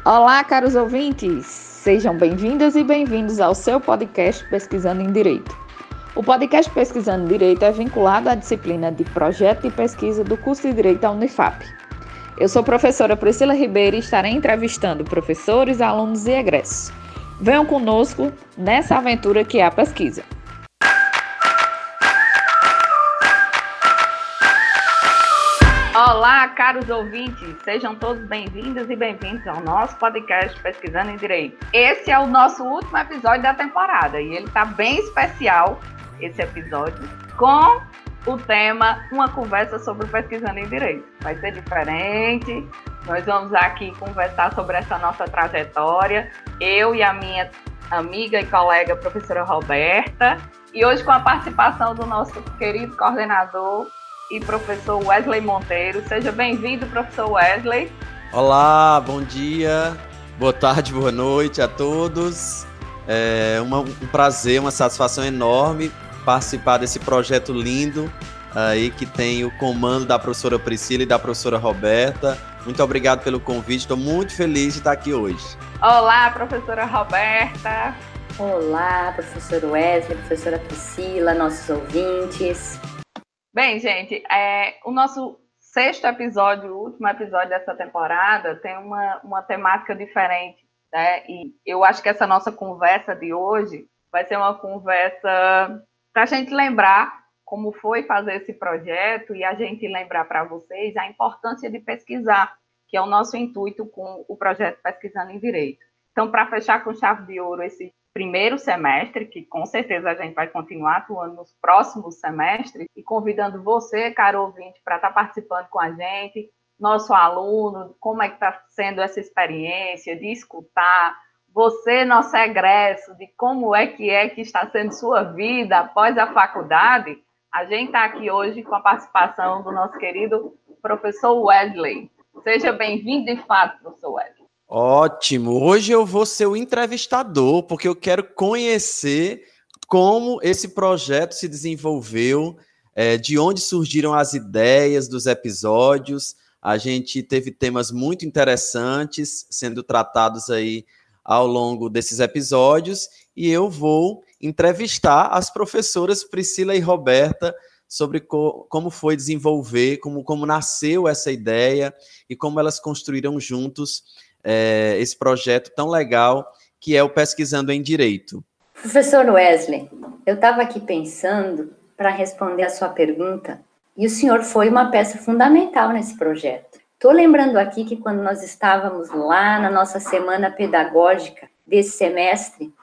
Olá, caros ouvintes! Sejam bem-vindas e bem-vindos ao seu podcast Pesquisando em Direito. O podcast Pesquisando em Direito é vinculado à disciplina de Projeto de Pesquisa do curso de Direito da Unifap. Eu sou a professora Priscila Ribeiro e estarei entrevistando professores, alunos e egressos. Venham conosco nessa aventura que é a pesquisa. Olá, caros ouvintes! Sejam todos bem-vindos e bem-vindos ao nosso podcast Pesquisando em Direito. Esse é o nosso último episódio da temporada e ele está bem especial, esse episódio, com o tema Uma Conversa sobre Pesquisando em Direito. Vai ser diferente, nós vamos aqui conversar sobre essa nossa trajetória, eu e a minha amiga e colega professora Roberta, e hoje com a participação do nosso querido coordenador e professor Wesley Monteiro. Seja bem-vindo, professor Wesley. Olá, bom dia, boa tarde, boa noite a todos. É um prazer, uma satisfação enorme participar desse projeto lindo aí que tem o comando da professora Priscila e da professora Roberta. Muito obrigado pelo convite, estou muito feliz de estar aqui hoje. Olá, professora Roberta. Olá, professor Wesley, professora Priscila, nossos ouvintes. Bem, gente, o nosso sexto episódio, o último episódio dessa temporada, tem uma temática diferente, né? E eu acho que essa nossa conversa de hoje vai ser uma conversa para a gente lembrar como foi fazer esse projeto e a gente lembrar para vocês a importância de pesquisar, que é o nosso intuito com o projeto Pesquisando em Direito. Então, para fechar com chave de ouro esse primeiro semestre, que com certeza a gente vai continuar atuando nos próximos semestres, e convidando você, caro ouvinte, para estar participando com a gente, nosso aluno, como é que está sendo essa experiência de escutar, você, nosso egresso, de como é que está sendo sua vida após a faculdade. A gente está aqui hoje com a participação do nosso querido professor Wesley. Seja bem-vindo de fato, professor Wesley. Ótimo! Hoje eu vou ser o entrevistador, porque eu quero conhecer como esse projeto se desenvolveu, de onde surgiram as ideias dos episódios. A gente teve temas muito interessantes sendo tratados aí ao longo desses episódios, e eu vou entrevistar as professoras Priscila e Roberta sobre como foi desenvolver, como nasceu essa ideia e como elas construíram juntos esse projeto tão legal que é o Pesquisando em Direito. Professor Wesley, eu estava aqui pensando para responder a sua pergunta e o senhor foi uma peça fundamental nesse projeto. Estou lembrando aqui que quando nós estávamos lá na nossa semana pedagógica desse semestre,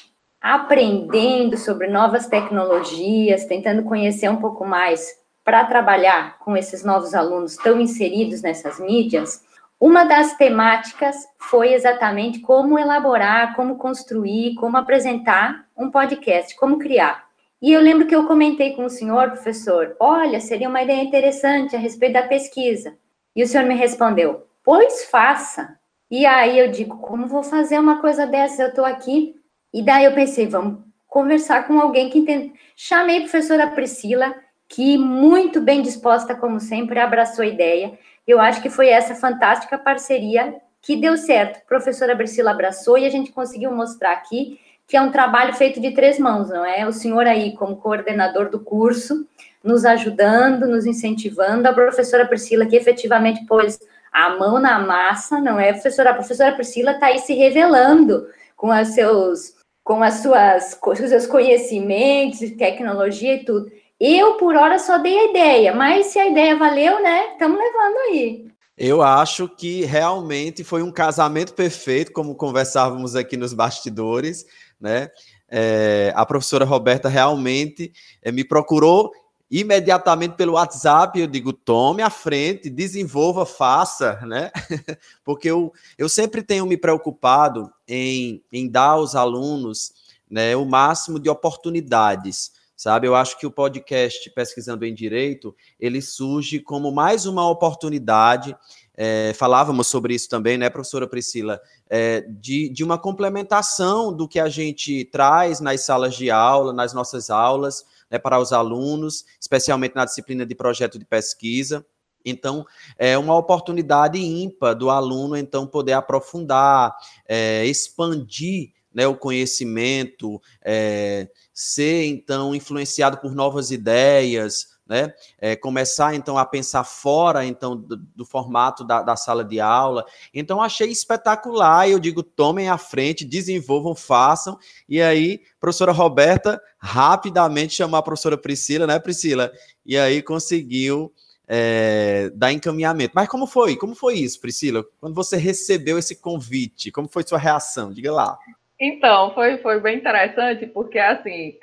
aprendendo sobre novas tecnologias, tentando conhecer um pouco mais para trabalhar com esses novos alunos tão inseridos nessas mídias, uma das temáticas foi exatamente como elaborar, como construir, como apresentar um podcast, como criar. E eu lembro que eu comentei com o senhor, professor, olha, seria uma ideia interessante a respeito da pesquisa. E o senhor me respondeu, pois faça. E aí eu digo, como vou fazer uma coisa dessa? Eu estou aqui. E daí eu pensei, vamos conversar com alguém que entende. Chamei a professora Priscila, que muito bem disposta, como sempre, abraçou a ideia. Eu acho que foi essa fantástica parceria que deu certo. A professora Priscila abraçou e a gente conseguiu mostrar aqui que é um trabalho feito de três mãos, não é? O senhor aí, como coordenador do curso, nos ajudando, nos incentivando. A professora Priscila, que efetivamente pôs a mão na massa, não é? A professora Priscila está aí se revelando com os seus conhecimentos, tecnologia e tudo. Eu, por hora, só dei a ideia, mas se a ideia valeu, né, estamos levando aí. Eu acho que realmente foi um casamento perfeito, como conversávamos aqui nos bastidores, né? A professora Roberta realmente me procurou imediatamente pelo WhatsApp, eu digo, tome a frente, desenvolva, faça, né? Porque eu sempre tenho me preocupado em dar aos alunos, né, o máximo de oportunidades, sabe? Eu acho que o podcast Pesquisando em Direito, ele surge como mais uma oportunidade, falávamos sobre isso também, né, professora Priscila, de uma complementação do que a gente traz nas salas de aula, nas nossas aulas, né, para os alunos, especialmente na disciplina de projeto de pesquisa. Então, é uma oportunidade ímpar do aluno, então, poder aprofundar, expandir, né, o conhecimento, ser, então, influenciado por novas ideias, né? Começar, então, a pensar fora, então, do formato da sala de aula. Então, achei espetacular, eu digo, tomem à frente, desenvolvam, façam, e aí, professora Roberta, rapidamente chamou a professora Priscila, né, Priscila? E aí, conseguiu dar encaminhamento. Mas como foi? Como foi isso, Priscila? Quando você recebeu esse convite, como foi sua reação? Diga lá. Então, foi bem interessante, porque, assim,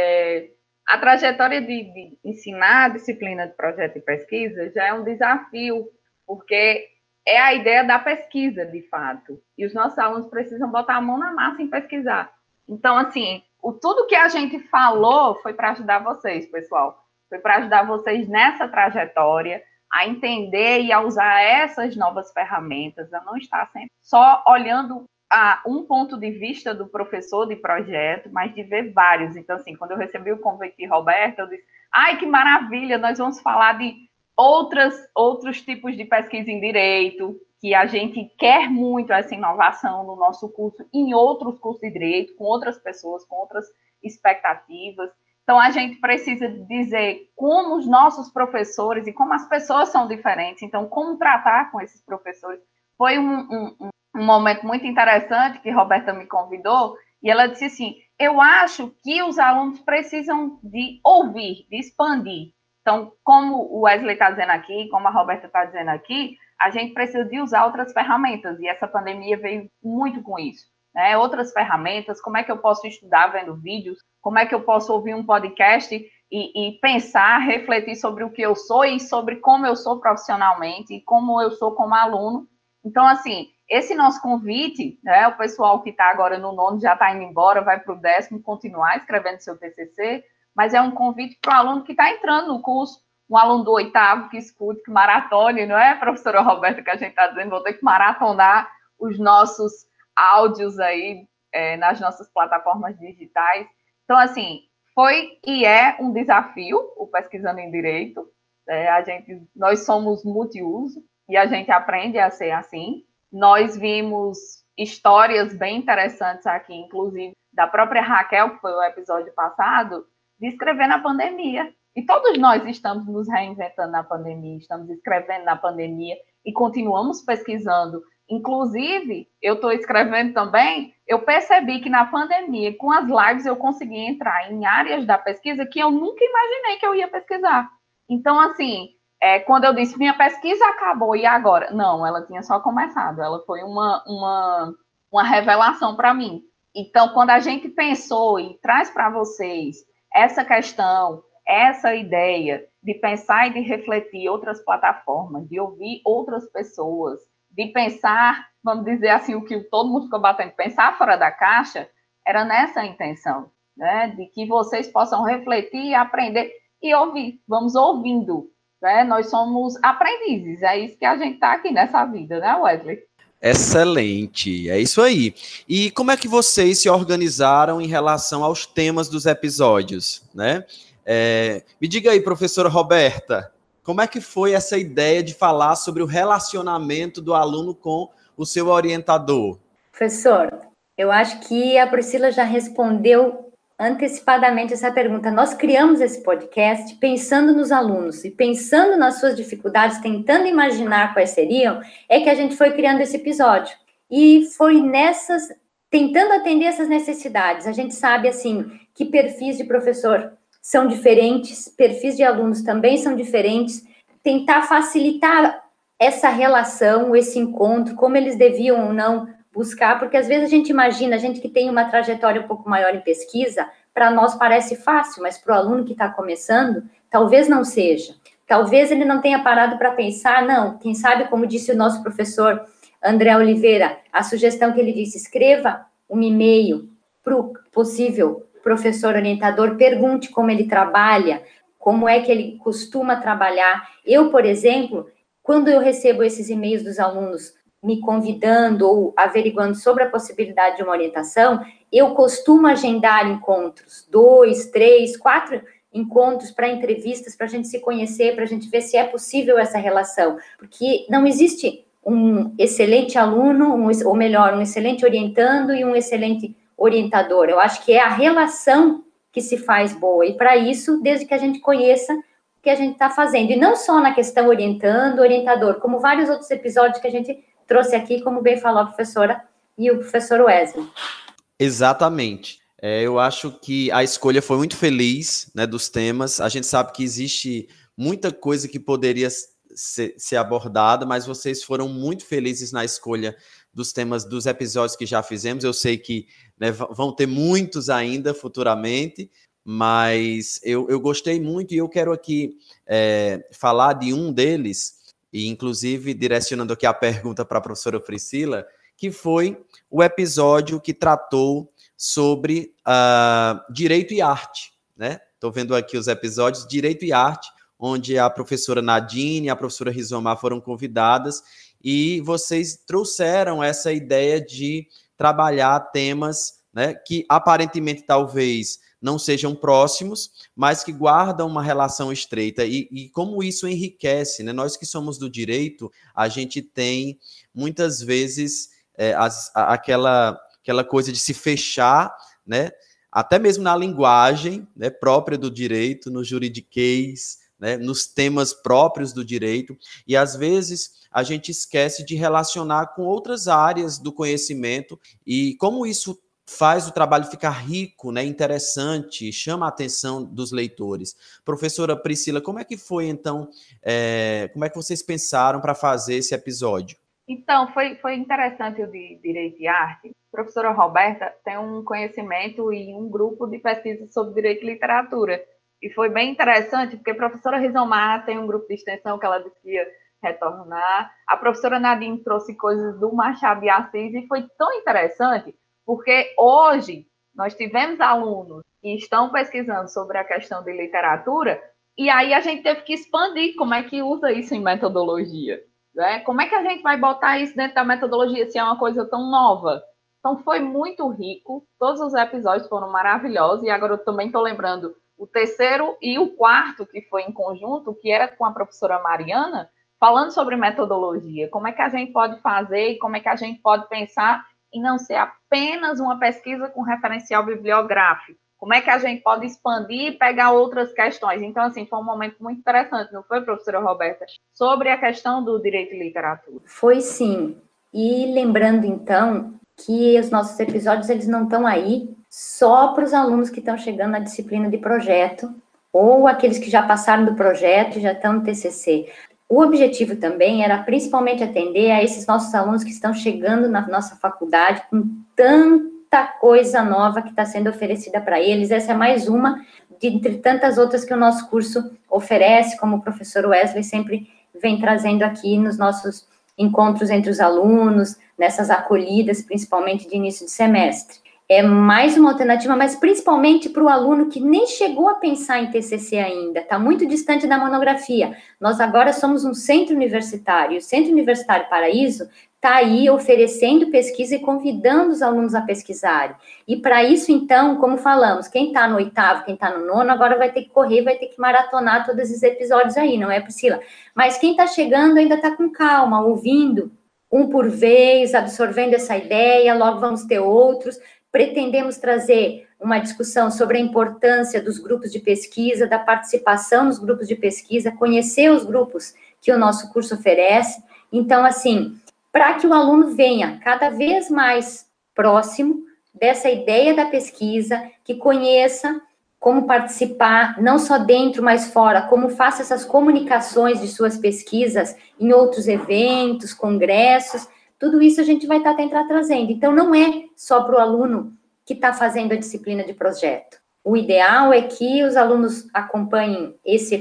a trajetória de ensinar a disciplina de projeto e pesquisa já é um desafio, porque é a ideia da pesquisa, de fato. E os nossos alunos precisam botar a mão na massa em pesquisar. Então, assim, tudo que a gente falou foi para ajudar vocês, pessoal. Foi para ajudar vocês nessa trajetória, a entender e a usar essas novas ferramentas, a não estar sempre só olhando um ponto de vista do professor de projeto, mas de ver vários. Então, assim, quando eu recebi o convite de Roberta, eu disse, ai, que maravilha, nós vamos falar de outros tipos de pesquisa em direito, que a gente quer muito essa inovação no nosso curso, em outros cursos de direito, com outras pessoas, com outras expectativas. Então, a gente precisa dizer como os nossos professores e como as pessoas são diferentes. Então, como tratar com esses professores. Foi um momento muito interessante que Roberta me convidou, e ela disse assim, eu acho que os alunos precisam de ouvir, de expandir. Então, como o Wesley está dizendo aqui, como a Roberta está dizendo aqui, a gente precisa de usar outras ferramentas, e essa pandemia veio muito com isso. Né? Outras ferramentas, como é que eu posso estudar vendo vídeos, como é que eu posso ouvir um podcast e pensar, refletir sobre o que eu sou e sobre como eu sou profissionalmente e como eu sou como aluno. Então, assim, esse nosso convite, né, o pessoal que está agora no 9º já está indo embora, vai para o 10º continuar escrevendo seu TCC, mas é um convite para o aluno que está entrando no curso, um aluno do 8º que escute, que maratone, não é, professora Roberta, que a gente está dizendo, vou ter que maratonar os nossos áudios aí nas nossas plataformas digitais. Então, assim, foi e é um desafio o Pesquisando em Direito. Nós somos multiuso e a gente aprende a ser assim. Nós vimos histórias bem interessantes aqui, inclusive da própria Raquel, que foi o episódio passado, de escrever na pandemia. E todos nós estamos nos reinventando na pandemia, estamos escrevendo na pandemia e continuamos pesquisando. Inclusive, eu estou escrevendo também, eu percebi que na pandemia, com as lives, eu consegui entrar em áreas da pesquisa que eu nunca imaginei que eu ia pesquisar. Então, assim, quando eu disse, minha pesquisa acabou, e agora? Não, ela tinha só começado, ela foi uma revelação para mim. Então, quando a gente pensou e traz para vocês essa questão, essa ideia de pensar e de refletir outras plataformas, de ouvir outras pessoas, de pensar, vamos dizer assim, o que todo mundo ficou batendo, pensar fora da caixa, era nessa intenção, né? De que vocês possam refletir e aprender e ouvir. Vamos ouvindo, né? Nós somos aprendizes, é isso que a gente está aqui nessa vida, né, Wesley? Excelente, é isso aí. E como é que vocês se organizaram em relação aos temas dos episódios, né? Me diga aí, professora Roberta, como é que foi essa ideia de falar sobre o relacionamento do aluno com o seu orientador? Professor, eu acho que a Priscila já respondeu antecipadamente essa pergunta. Nós criamos esse podcast pensando nos alunos e pensando nas suas dificuldades, tentando imaginar quais seriam, é que a gente foi criando esse episódio. E foi tentando atender essas necessidades. A gente sabe, assim, que perfis de professor são diferentes, perfis de alunos também são diferentes, tentar facilitar essa relação, esse encontro, como eles deviam ou não buscar, porque às vezes a gente imagina, a gente que tem uma trajetória um pouco maior em pesquisa, para nós parece fácil, mas para o aluno que está começando, talvez não seja. Talvez ele não tenha parado para pensar, não, quem sabe, como disse o nosso professor André Oliveira, a sugestão que ele disse, escreva um e-mail para o possível professor orientador, pergunte como ele trabalha, como é que ele costuma trabalhar. Eu, por exemplo, quando eu recebo esses e-mails dos alunos me convidando ou averiguando sobre a possibilidade de uma orientação, eu costumo agendar encontros, 2, 3, 4 encontros, para entrevistas, para a gente se conhecer, para a gente ver se é possível essa relação. Porque não existe um excelente aluno, ou melhor, um excelente orientando e um excelente orientador. Eu acho que é a relação que se faz boa. E para isso, desde que a gente conheça o que a gente está fazendo. E não só na questão orientando, orientador, como vários outros episódios que a gente trouxe aqui, como bem falou a professora e o professor Wesley. Exatamente. Eu acho que a escolha foi muito feliz, né, dos temas. A gente sabe que existe muita coisa que poderia ser abordada, mas vocês foram muito felizes na escolha dos temas dos episódios que já fizemos. Eu sei que, né, vão ter muitos ainda futuramente, mas eu gostei muito e eu quero aqui falar de um deles, e inclusive direcionando aqui a pergunta para a professora Priscila, que foi o episódio que tratou sobre direito e arte, né? Estou vendo aqui os episódios Direito e Arte, onde a professora Nadine e a professora Rizomar foram convidadas, e vocês trouxeram essa ideia de trabalhar temas, né, que aparentemente talvez não sejam próximos, mas que guardam uma relação estreita, e como isso enriquece, né? Nós que somos do direito, a gente tem muitas vezes aquela coisa de se fechar, né? Até mesmo na linguagem, né, própria do direito, no juridiquês, né, nos temas próprios do direito, e às vezes a gente esquece de relacionar com outras áreas do conhecimento, e como isso faz o trabalho ficar rico, né, interessante, chama a atenção dos leitores. Professora Priscila, como é que foi, então, como é que vocês pensaram para fazer esse episódio? Então, foi interessante o de Direito e Arte. A professora Roberta tem um conhecimento e um grupo de pesquisa sobre Direito e Literatura. E foi bem interessante, porque a professora Rizomar tem um grupo de extensão que ela disse que ia retornar. A professora Nadine trouxe coisas do Machado de Assis e foi tão interessante, porque hoje nós tivemos alunos que estão pesquisando sobre a questão de literatura, e aí a gente teve que expandir como é que usa isso em metodologia. Né? Como é que a gente vai botar isso dentro da metodologia se é uma coisa tão nova? Então, foi muito rico, todos os episódios foram maravilhosos, e agora eu também estou lembrando o terceiro e o quarto, que foi em conjunto, que era com a professora Mariana, falando sobre metodologia, como é que a gente pode fazer e como é que a gente pode pensar em não ser apenas uma pesquisa com referencial bibliográfico. Como é que a gente pode expandir e pegar outras questões? Então, assim, foi um momento muito interessante, não foi, professora Roberta? Sobre a questão do direito e literatura. Foi sim. E lembrando, então, que os nossos episódios, eles não estão aí só para os alunos que estão chegando na disciplina de projeto, ou aqueles que já passaram do projeto e já estão no TCC. O objetivo também era principalmente atender a esses nossos alunos que estão chegando na nossa faculdade com tanta coisa nova que está sendo oferecida para eles. Essa é mais uma de entre tantas outras que o nosso curso oferece, como o professor Wesley sempre vem trazendo aqui nos nossos encontros entre os alunos, nessas acolhidas, principalmente de início de semestre. É mais uma alternativa, mas principalmente para o aluno que nem chegou a pensar em TCC ainda, está muito distante da monografia. Nós agora somos um centro universitário, o Centro Universitário Paraíso está aí oferecendo pesquisa e convidando os alunos a pesquisarem. E para isso, então, como falamos, quem está no oitavo, quem está no nono, agora vai ter que correr, vai ter que maratonar todos esses episódios aí, não é, Priscila? Mas quem está chegando ainda está com calma, ouvindo um por vez, absorvendo essa ideia, logo vamos ter outros. Pretendemos trazer uma discussão sobre a importância dos grupos de pesquisa, da participação nos grupos de pesquisa, conhecer os grupos que o nosso curso oferece. Então, assim, para que o aluno venha cada vez mais próximo dessa ideia da pesquisa, que conheça como participar, não só dentro, mas fora, como faça essas comunicações de suas pesquisas em outros eventos, congressos, tudo isso a gente vai estar tentar trazendo. Então, não é só para o aluno que está fazendo a disciplina de projeto. O ideal é que os alunos acompanhem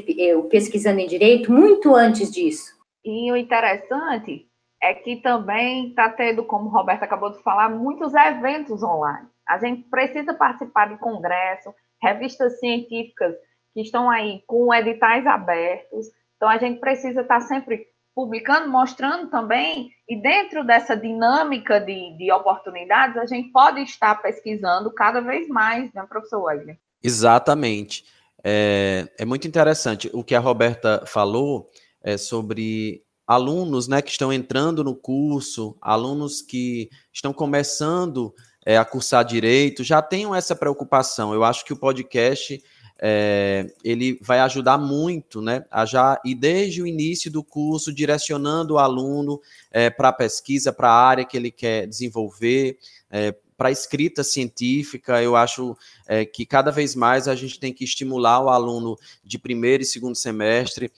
o Pesquisando em Direito muito antes disso. E o interessante é que também está tendo, como o Roberto acabou de falar, muitos eventos online. A gente precisa participar de congresso, revistas científicas que estão aí com editais abertos. Então, a gente precisa estar sempre publicando, mostrando também, e dentro dessa dinâmica de oportunidades, a gente pode estar pesquisando cada vez mais, né, professor Wesley? Exatamente. É muito interessante o que a Roberta falou sobre alunos, né, que estão entrando no curso, alunos que estão começando a cursar direito, já tenham essa preocupação. Eu acho que o podcast ele vai ajudar muito, né, a já ir desde o início do curso direcionando o aluno para a pesquisa, para a área que ele quer desenvolver, para a escrita científica. Eu acho que cada vez mais a gente tem que estimular o aluno de primeiro e segundo semestre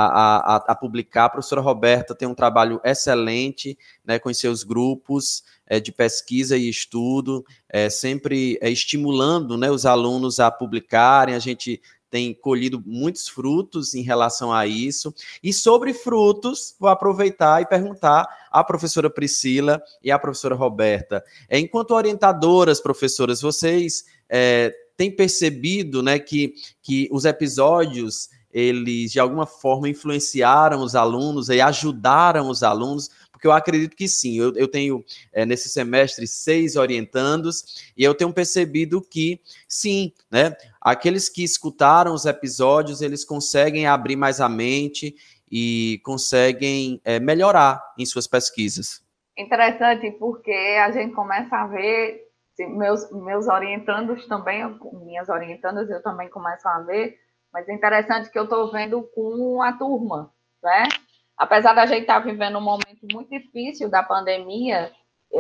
a publicar. A professora Roberta tem um trabalho excelente, né, com os seus grupos de pesquisa e estudo, sempre estimulando, né, os alunos a publicarem. A gente tem colhido muitos frutos em relação a isso. E sobre frutos, vou aproveitar e perguntar à professora Priscila e à professora Roberta. Enquanto orientadoras, professoras, vocês têm percebido, né, que os episódios, eles de alguma forma influenciaram os alunos e ajudaram os alunos? Porque eu acredito que sim. Eu tenho, nesse semestre, 6 orientandos, e eu tenho percebido que, sim, né, aqueles que escutaram os episódios, eles conseguem abrir mais a mente e conseguem melhorar em suas pesquisas. Interessante, porque a gente começa a ver, meus orientandos também, minhas orientandas eu também começo a ver, mas é interessante que eu estou vendo com a turma, né? Apesar da gente estar vivendo um momento muito difícil da pandemia,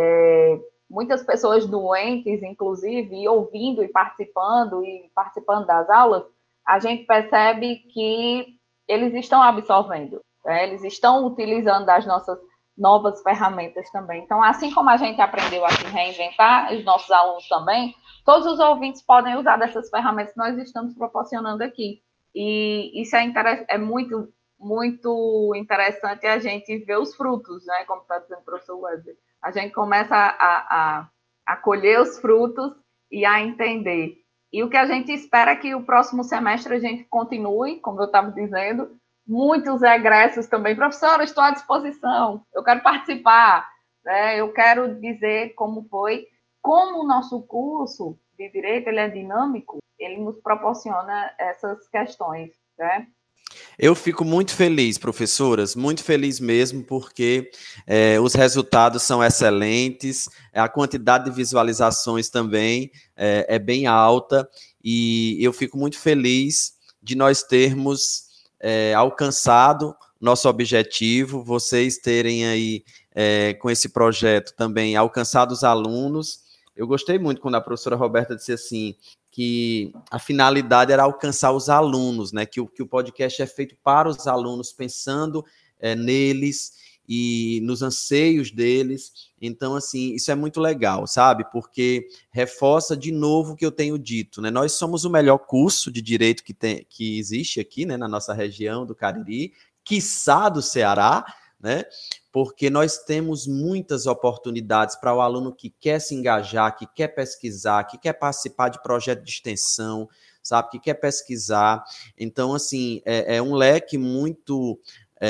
muitas pessoas doentes, inclusive, e ouvindo e participando das aulas, a gente percebe que eles estão absorvendo, né? Eles estão utilizando das nossas novas ferramentas também. Então, assim como a gente aprendeu a se reinventar, os nossos alunos também, todos os ouvintes podem usar dessas ferramentas que nós estamos proporcionando aqui. E isso é muito, muito interessante a gente ver os frutos, né? Como está dizendo o professor Wesley. A gente começa a colher os frutos e a entender. E o que a gente espera é que o próximo semestre a gente continue, como eu estava dizendo, muitos egressos também. Professora, estou à disposição, eu quero participar, né? Eu quero dizer como foi, como o nosso curso de Direito ele é dinâmico, ele nos proporciona essas questões, né? Eu fico muito feliz, professoras, muito feliz mesmo, porque os resultados são excelentes, a quantidade de visualizações também é bem alta, e eu fico muito feliz de nós termos alcançado nosso objetivo, vocês terem aí, com esse projeto também, alcançado os alunos. Eu gostei muito quando a professora Roberta disse assim, que a finalidade era alcançar os alunos, né? Que o podcast é feito para os alunos, pensando neles e nos anseios deles. Então, assim, isso é muito legal, sabe? Porque reforça de novo o que eu tenho dito, né? Nós somos o melhor curso de direito que existe aqui, né? Na nossa região do Cariri, quiçá do Ceará, né? Porque nós temos muitas oportunidades para o aluno que quer se engajar, que quer pesquisar, que quer participar de projeto de extensão, sabe, que quer pesquisar. Então, assim, é um leque muito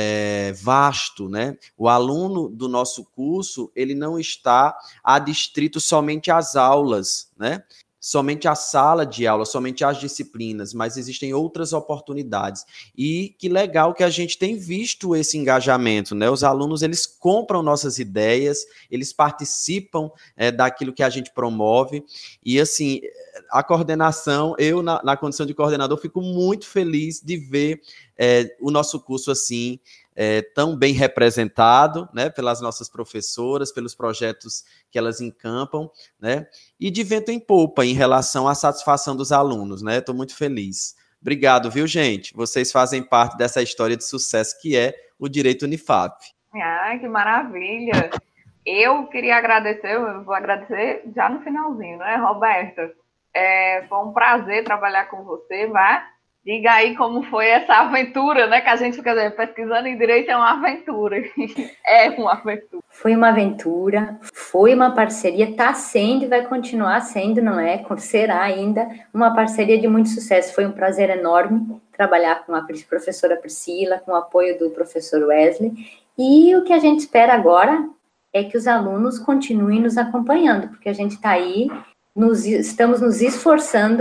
vasto, né? O aluno do nosso curso, ele não está adstrito somente às aulas, né? Somente a sala de aula, somente as disciplinas, mas existem outras oportunidades. E que legal que a gente tem visto esse engajamento, né? Os alunos, eles compram nossas ideias, eles participam daquilo que a gente promove, e assim, a coordenação, eu na condição de coordenador, fico muito feliz de ver o nosso curso assim, tão bem representado, né, pelas nossas professoras, pelos projetos que elas encampam, né, e de vento em popa em relação à satisfação dos alunos, né, estou muito feliz. Obrigado, viu, gente? Vocês fazem parte dessa história de sucesso que é o Direito Unifap. Ai, que maravilha! Eu queria agradecer, eu vou agradecer já no finalzinho, né, Roberta? Foi um prazer trabalhar com você, vai? Diga aí como foi essa aventura, né? Que a gente fica pesquisando em direito, é uma aventura. É uma aventura. Foi uma aventura, foi uma parceria, está sendo e vai continuar sendo, não é? Será ainda uma parceria de muito sucesso. Foi um prazer enorme trabalhar com a professora Priscila, com o apoio do professor Wesley. E o que a gente espera agora é que os alunos continuem nos acompanhando, porque a gente está aí, estamos nos esforçando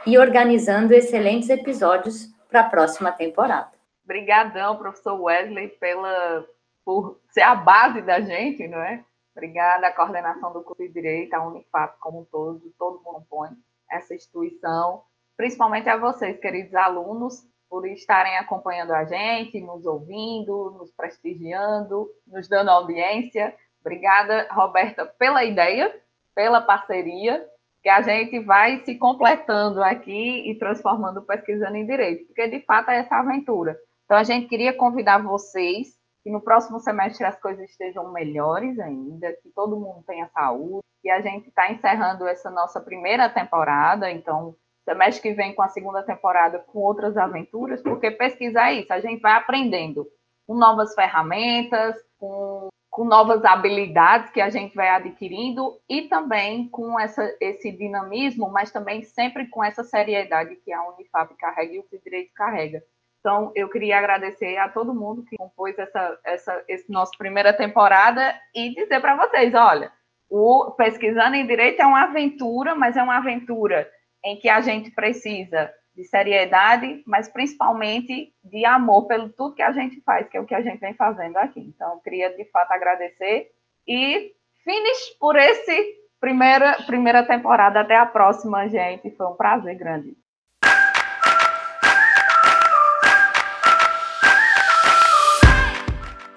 e organizando excelentes episódios para a próxima temporada. Obrigadão, professor Wesley, por ser a base da gente, não é? Obrigada à coordenação do curso de Direito, à Unifap como um todo mundo compõe essa instituição, principalmente a vocês, queridos alunos, por estarem acompanhando a gente, nos ouvindo, nos prestigiando, nos dando audiência. Obrigada, Roberta, pela ideia, pela parceria, que a gente vai se completando aqui e transformando o Pesquisando em Direito, porque de fato é essa aventura. Então, a gente queria convidar vocês que no próximo semestre as coisas estejam melhores ainda, que todo mundo tenha saúde, e a gente está encerrando essa nossa primeira temporada, então, semestre que vem com a segunda temporada com outras aventuras, porque pesquisar é isso, a gente vai aprendendo com novas ferramentas, com novas habilidades que a gente vai adquirindo e também com esse dinamismo, mas também sempre com essa seriedade que a Unifap carrega e o Direito carrega. Então, eu queria agradecer a todo mundo que compôs essa nossa primeira temporada e dizer para vocês, olha, o Pesquisando em Direito é uma aventura, mas é uma aventura em que a gente precisa de seriedade, mas principalmente de amor pelo tudo que a gente faz, que é o que a gente vem fazendo aqui. Então, eu queria, de fato, agradecer e finish por esse primeira temporada. Até a próxima, gente. Foi um prazer grande.